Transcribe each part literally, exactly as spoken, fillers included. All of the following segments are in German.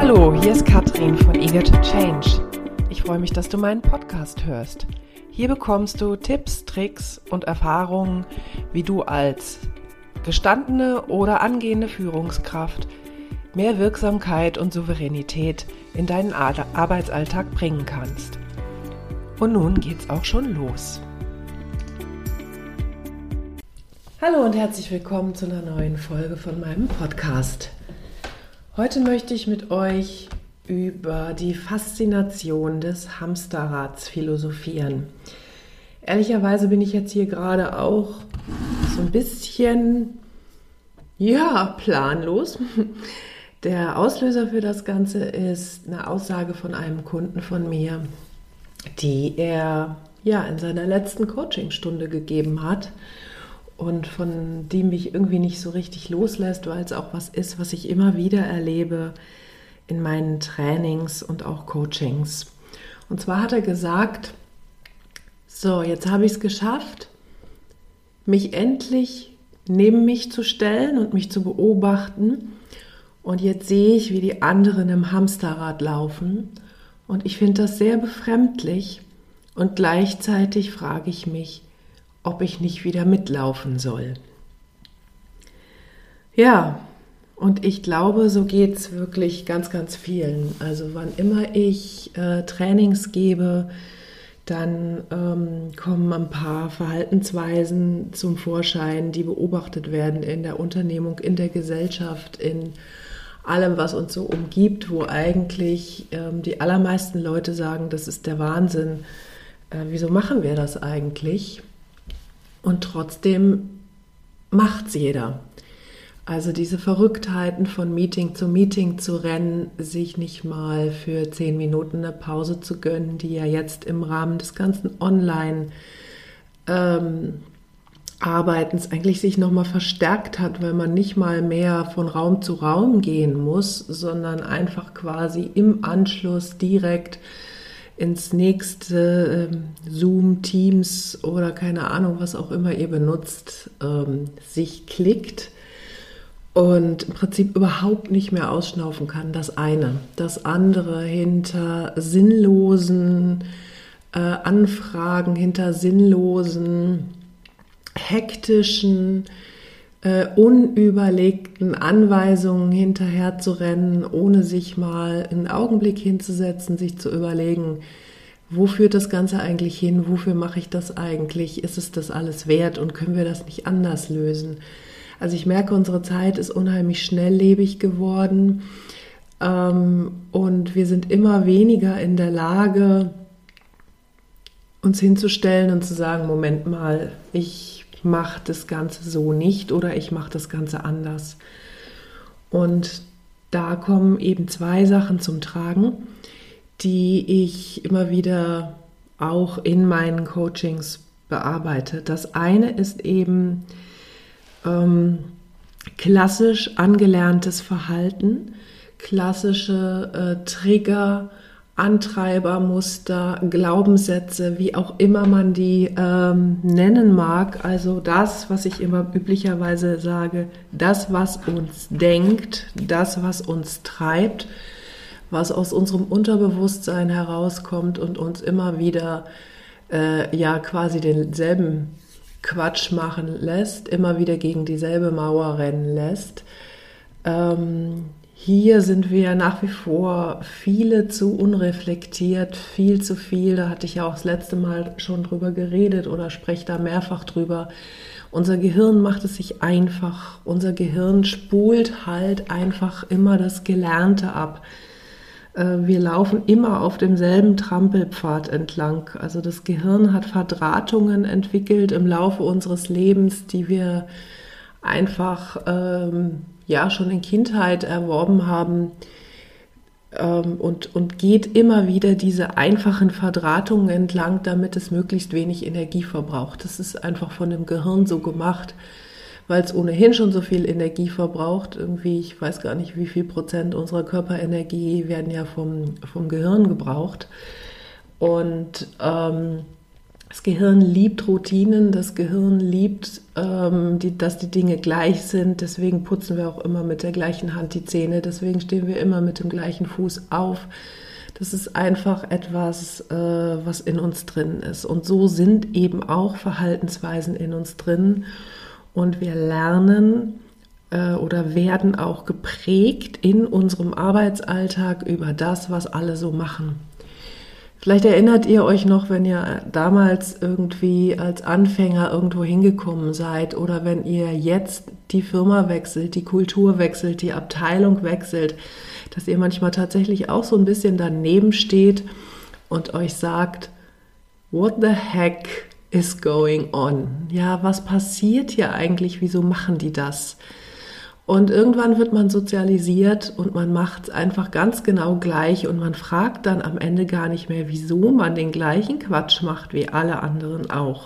Hallo, hier ist Katrin von Eager to Change. Ich freue mich, dass du meinen Podcast hörst. Hier bekommst du Tipps, Tricks und Erfahrungen, wie du als gestandene oder angehende Führungskraft mehr Wirksamkeit und Souveränität in deinen Arbeitsalltag bringen kannst. Und nun geht's auch schon los. Hallo und herzlich willkommen zu einer neuen Folge von meinem Podcast. Heute möchte ich mit euch über die Faszination des Hamsterrads philosophieren. Ehrlicherweise bin ich jetzt hier gerade auch so ein bisschen, ja, planlos. Der Auslöser für das Ganze ist eine Aussage von einem Kunden von mir, die er ja in seiner letzten Coachingstunde gegeben hat und von die mich irgendwie nicht so richtig loslässt, weil es auch was ist, was ich immer wieder erlebe in meinen Trainings und auch Coachings. Und zwar hat er gesagt, so, jetzt habe ich es geschafft, mich endlich neben mich zu stellen und mich zu beobachten. Und jetzt sehe ich, wie die anderen im Hamsterrad laufen. Und ich finde das sehr befremdlich. Und gleichzeitig frage ich mich, ob ich nicht wieder mitlaufen soll. Ja, und ich glaube, so geht es wirklich ganz, ganz vielen. Also wann immer ich äh, Trainings gebe, dann ähm, kommen ein paar Verhaltensweisen zum Vorschein, die beobachtet werden in der Unternehmung, in der Gesellschaft, in allem, was uns so umgibt, wo eigentlich ähm, die allermeisten Leute sagen, das ist der Wahnsinn. Äh, wieso machen wir das eigentlich? Und trotzdem macht's jeder. Also diese Verrücktheiten von Meeting zu Meeting zu rennen, sich nicht mal für zehn Minuten eine Pause zu gönnen, die ja jetzt im Rahmen des ganzen Online-Arbeitens ähm, eigentlich sich nochmal verstärkt hat, weil man nicht mal mehr von Raum zu Raum gehen muss, sondern einfach quasi im Anschluss direkt ins nächste ähm, Zoom, Teams oder keine Ahnung, was auch immer ihr benutzt, ähm, sich klickt und im Prinzip überhaupt nicht mehr ausschnaufen kann, das eine. Das andere hinter sinnlosen äh, Anfragen, hinter sinnlosen, hektischen, äh, unüberlegten Anweisungen hinterher zu rennen, ohne sich mal einen Augenblick hinzusetzen, sich zu überlegen, wo führt das Ganze eigentlich hin, wofür mache ich das eigentlich, ist es das alles wert und können wir das nicht anders lösen? Also ich merke, unsere Zeit ist unheimlich schnelllebig geworden ähm, und wir sind immer weniger in der Lage, uns hinzustellen und zu sagen, Moment mal, ich mache das Ganze so nicht oder ich mache das Ganze anders. Und da kommen eben zwei Sachen zum Tragen, die ich immer wieder auch in meinen Coachings bearbeite. Das eine ist eben ähm, klassisch angelerntes Verhalten, klassische äh, Trigger, Antreibermuster, Glaubenssätze, wie auch immer man die ähm, nennen mag. Also das, was ich immer üblicherweise sage, das, was uns denkt, das, was uns treibt, was aus unserem Unterbewusstsein herauskommt und uns immer wieder äh, ja quasi denselben Quatsch machen lässt, immer wieder gegen dieselbe Mauer rennen lässt. Ähm, Hier sind wir nach wie vor viele zu unreflektiert, viel zu viel. Da hatte ich ja auch das letzte Mal schon drüber geredet oder spreche da mehrfach drüber. Unser Gehirn macht es sich einfach. Unser Gehirn spult halt einfach immer das Gelernte ab. Wir laufen immer auf demselben Trampelpfad entlang. Also das Gehirn hat Verdrahtungen entwickelt im Laufe unseres Lebens, die wir einfach ähm, ja schon in Kindheit erworben haben ähm, und, und geht immer wieder diese einfachen Verdrahtungen entlang, damit es möglichst wenig Energie verbraucht. Das ist einfach von dem Gehirn so gemacht, weil es ohnehin schon so viel Energie verbraucht. Irgendwie, ich weiß gar nicht, wie viel Prozent unserer Körperenergie werden ja vom, vom Gehirn gebraucht. Und ähm, Das Gehirn liebt Routinen, das Gehirn liebt, ähm, die, dass die Dinge gleich sind. Deswegen putzen wir auch immer mit der gleichen Hand die Zähne. Deswegen stehen wir immer mit dem gleichen Fuß auf. Das ist einfach etwas, äh, was in uns drin ist. Und so sind eben auch Verhaltensweisen in uns drin. Und wir lernen äh, oder werden auch geprägt in unserem Arbeitsalltag über das, was alle so machen. Vielleicht erinnert ihr euch noch, wenn ihr damals irgendwie als Anfänger irgendwo hingekommen seid oder wenn ihr jetzt die Firma wechselt, die Kultur wechselt, die Abteilung wechselt, dass ihr manchmal tatsächlich auch so ein bisschen daneben steht und euch sagt, what the heck is going on? Ja, was passiert hier eigentlich? Wieso machen die das? Und irgendwann wird man sozialisiert und man macht es einfach ganz genau gleich und man fragt dann am Ende gar nicht mehr, wieso man den gleichen Quatsch macht wie alle anderen auch.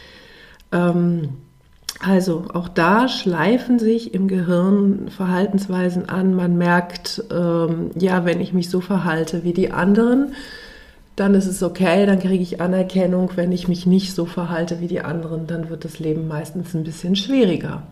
Ähm, also auch da schleifen sich im Gehirn Verhaltensweisen an. Man merkt, ähm, ja, wenn ich mich so verhalte wie die anderen, dann ist es okay, dann kriege ich Anerkennung. Wenn ich mich nicht so verhalte wie die anderen, dann wird das Leben meistens ein bisschen schwieriger.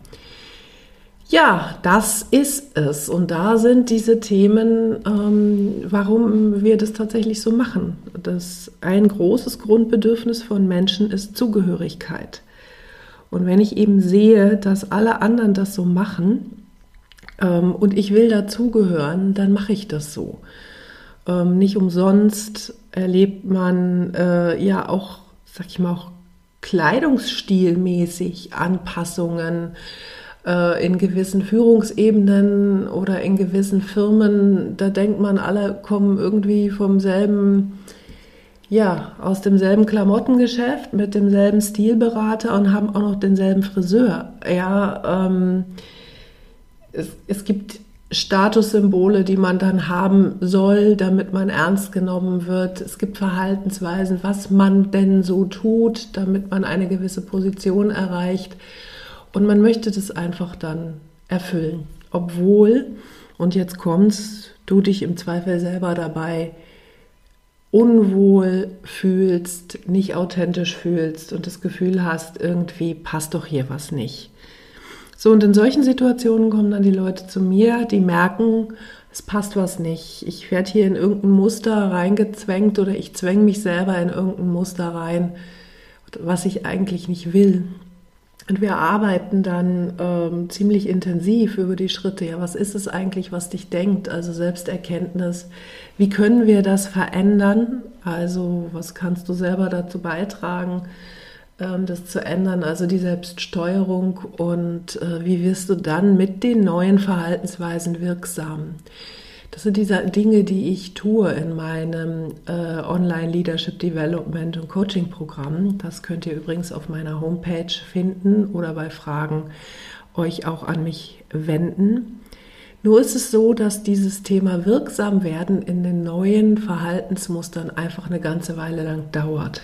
Ja, das ist es. Und da sind diese Themen, ähm, warum wir das tatsächlich so machen. Das ein großes Grundbedürfnis von Menschen ist Zugehörigkeit. Und wenn ich eben sehe, dass alle anderen das so machen ähm, und ich will dazugehören, dann mache ich das so. Ähm, nicht umsonst erlebt man äh, ja auch, sag ich mal, auch kleidungsstilmäßig Anpassungen in gewissen Führungsebenen oder in gewissen Firmen, da denkt man, alle kommen irgendwie vom selben, ja, aus demselben Klamottengeschäft mit demselben Stilberater und haben auch noch denselben Friseur. Ja, ähm, es, es gibt Statussymbole, die man dann haben soll, damit man ernst genommen wird. Es gibt Verhaltensweisen, was man denn so tut, damit man eine gewisse Position erreicht. Und man möchte das einfach dann erfüllen, obwohl, und jetzt kommt's, du dich im Zweifel selber dabei unwohl fühlst, nicht authentisch fühlst und das Gefühl hast, irgendwie passt doch hier was nicht. So, und in solchen Situationen kommen dann die Leute zu mir, die merken, es passt was nicht. Ich werde hier in irgendein Muster reingezwängt oder ich zwänge mich selber in irgendein Muster rein, was ich eigentlich nicht will. Und wir arbeiten dann ähm, ziemlich intensiv über die Schritte. Ja, was ist es eigentlich, was dich denkt? Also Selbsterkenntnis. Wie können wir das verändern? Also was kannst du selber dazu beitragen, ähm, das zu ändern? Also die Selbststeuerung. Und äh, wie wirst du dann mit den neuen Verhaltensweisen wirksam? Das sind diese Dinge, die ich tue in meinem äh, Online Leadership Development und Coaching Programm. Das könnt ihr übrigens auf meiner Homepage finden oder bei Fragen euch auch an mich wenden. Nur ist es so, dass dieses Thema wirksam werden in den neuen Verhaltensmustern einfach eine ganze Weile lang dauert.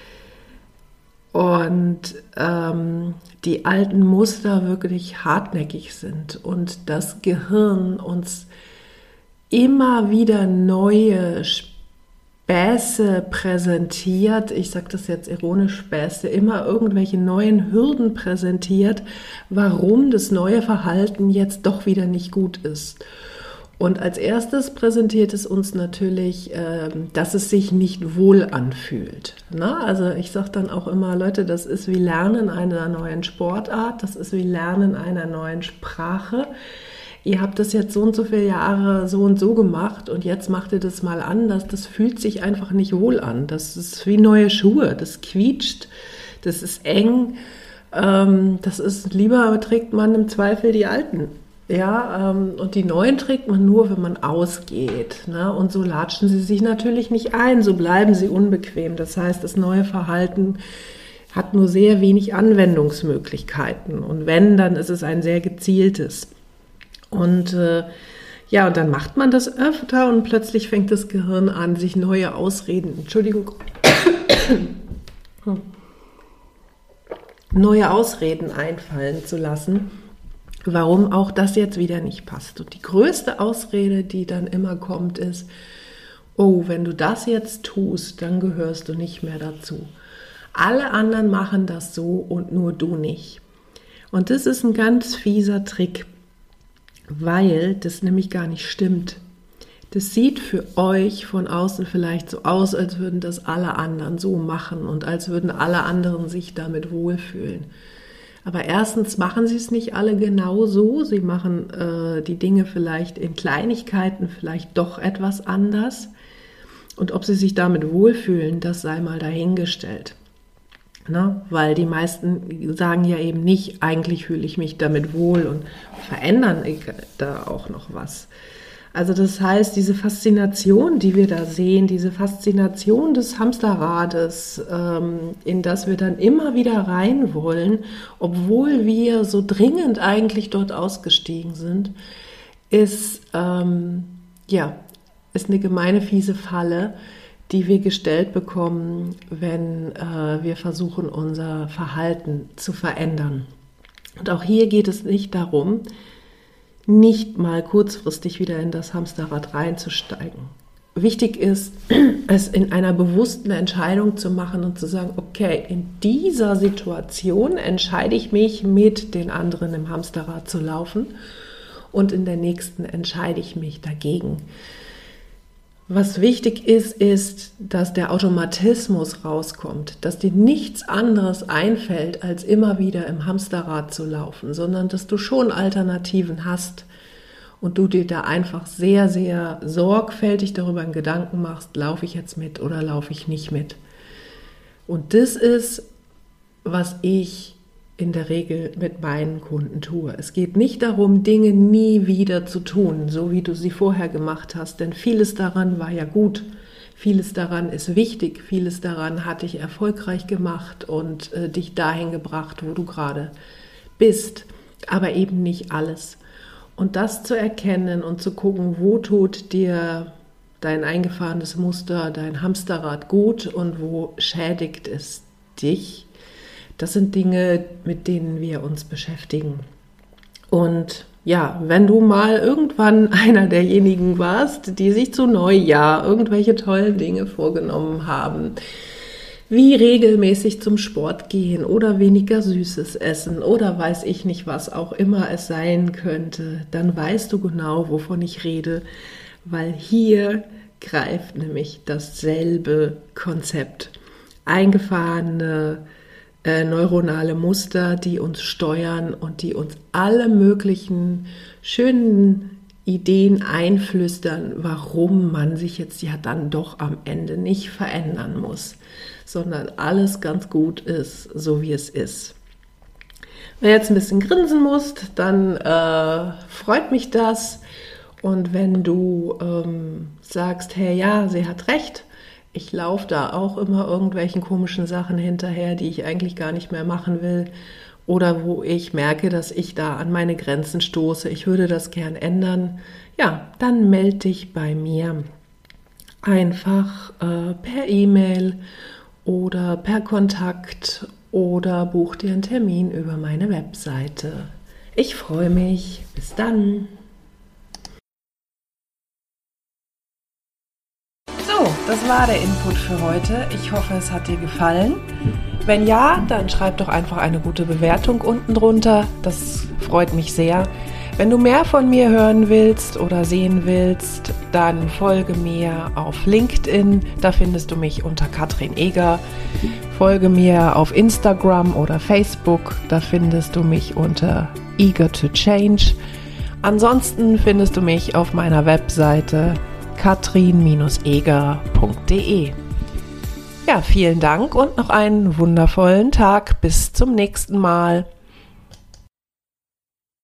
Und ähm, die alten Muster wirklich hartnäckig sind und das Gehirn uns immer wieder neue Späße präsentiert, ich sage das jetzt ironisch Späße, immer irgendwelche neuen Hürden präsentiert, warum das neue Verhalten jetzt doch wieder nicht gut ist. Und als erstes präsentiert es uns natürlich, äh, dass es sich nicht wohl anfühlt. Na, also ich sage dann auch immer, Leute, das ist wie Lernen einer neuen Sportart, das ist wie Lernen einer neuen Sprache. Ihr habt das jetzt so und so viele Jahre so und so gemacht und jetzt macht ihr das mal anders. Das fühlt sich einfach nicht wohl an. Das ist wie neue Schuhe, das quietscht, das ist eng. Ähm, das ist, lieber trägt man im Zweifel die alten. Ja, ähm, und die neuen trägt man nur, wenn man ausgeht. Ne? Und so latschen sie sich natürlich nicht ein, so bleiben sie unbequem. Das heißt, das neue Verhalten hat nur sehr wenig Anwendungsmöglichkeiten. Und wenn, dann ist es ein sehr gezieltes. Und äh, ja, und dann macht man das öfter und plötzlich fängt das Gehirn an, sich neue Ausreden, Entschuldigung, neue Ausreden einfallen zu lassen, warum auch das jetzt wieder nicht passt. Und die größte Ausrede, die dann immer kommt, ist, oh, wenn du das jetzt tust, dann gehörst du nicht mehr dazu. alle anderen machen das so und nur du nicht. Und das ist ein ganz fieser Trick, weil das nämlich gar nicht stimmt. Das sieht für euch von außen vielleicht so aus, als würden das alle anderen so machen und als würden alle anderen sich damit wohlfühlen. Aber erstens machen sie es nicht alle genau so. Sie machen äh, die Dinge vielleicht in Kleinigkeiten vielleicht doch etwas anders. Und ob sie sich damit wohlfühlen, das sei mal dahingestellt. Na, weil die meisten sagen ja eben nicht, eigentlich fühle ich mich damit wohl und verändern da auch noch was. Also das heißt, diese Faszination, die wir da sehen, diese Faszination des Hamsterrades, ähm, in das wir dann immer wieder rein wollen, obwohl wir so dringend eigentlich dort ausgestiegen sind, ist, ähm, ja, ist eine gemeine, fiese Falle, die wir gestellt bekommen, wenn äh, wir versuchen, unser Verhalten zu verändern. Und auch hier geht es nicht darum, nicht mal kurzfristig wieder in das Hamsterrad reinzusteigen. Wichtig ist, es in einer bewussten Entscheidung zu machen und zu sagen, okay, in dieser Situation entscheide ich mich, mit den anderen im Hamsterrad zu laufen und in der nächsten entscheide ich mich dagegen. Was wichtig ist, ist, dass der Automatismus rauskommt, dass dir nichts anderes einfällt, als immer wieder im Hamsterrad zu laufen, sondern dass du schon Alternativen hast und du dir da einfach sehr, sehr sorgfältig darüber einen Gedanken machst, laufe ich jetzt mit oder laufe ich nicht mit. Und das ist, was ich in der Regel mit meinen Kunden tue. Es geht nicht darum, Dinge nie wieder zu tun, so wie du sie vorher gemacht hast, denn vieles daran war ja gut, vieles daran ist wichtig, vieles daran hat dich erfolgreich gemacht und äh, dich dahin gebracht, wo du gerade bist, aber eben nicht alles. Und das zu erkennen und zu gucken, wo tut dir dein eingefahrenes Muster, dein Hamsterrad gut und wo schädigt es dich, das sind Dinge, mit denen wir uns beschäftigen. Und ja, wenn du mal irgendwann einer derjenigen warst, die sich zu Neujahr irgendwelche tollen Dinge vorgenommen haben, wie regelmäßig zum Sport gehen oder weniger Süßes essen oder weiß ich nicht, was auch immer es sein könnte, dann weißt du genau, wovon ich rede, weil hier greift nämlich dasselbe Konzept. Eingefahrene Äh, neuronale Muster, die uns steuern und die uns alle möglichen schönen Ideen einflüstern, warum man sich jetzt ja dann doch am Ende nicht verändern muss, sondern alles ganz gut ist, so wie es ist. Wenn du jetzt ein bisschen grinsen musst, dann äh, freut mich das. Und wenn du ähm, sagst, hey, ja, sie hat recht, ich laufe da auch immer irgendwelchen komischen Sachen hinterher, die ich eigentlich gar nicht mehr machen will oder wo ich merke, dass ich da an meine Grenzen stoße. Ich würde das gern ändern. Ja, dann melde dich bei mir einfach äh, per E-Mail oder per Kontakt oder buch dir einen Termin über meine Webseite. Ich freue mich. Bis dann. So, das war der Input für heute. Ich hoffe, es hat dir gefallen. Wenn ja, dann schreib doch einfach eine gute Bewertung unten drunter. Das freut mich sehr. Wenn du mehr von mir hören willst oder sehen willst, dann folge mir auf LinkedIn. Da findest du mich unter Katrin Eger. Folge mir auf Instagram oder Facebook. Da findest du mich unter Eager to Change. Ansonsten findest du mich auf meiner Webseite katrin Bindestrich eger Punkt de. Ja, vielen Dank und noch einen wundervollen Tag. Bis zum nächsten Mal.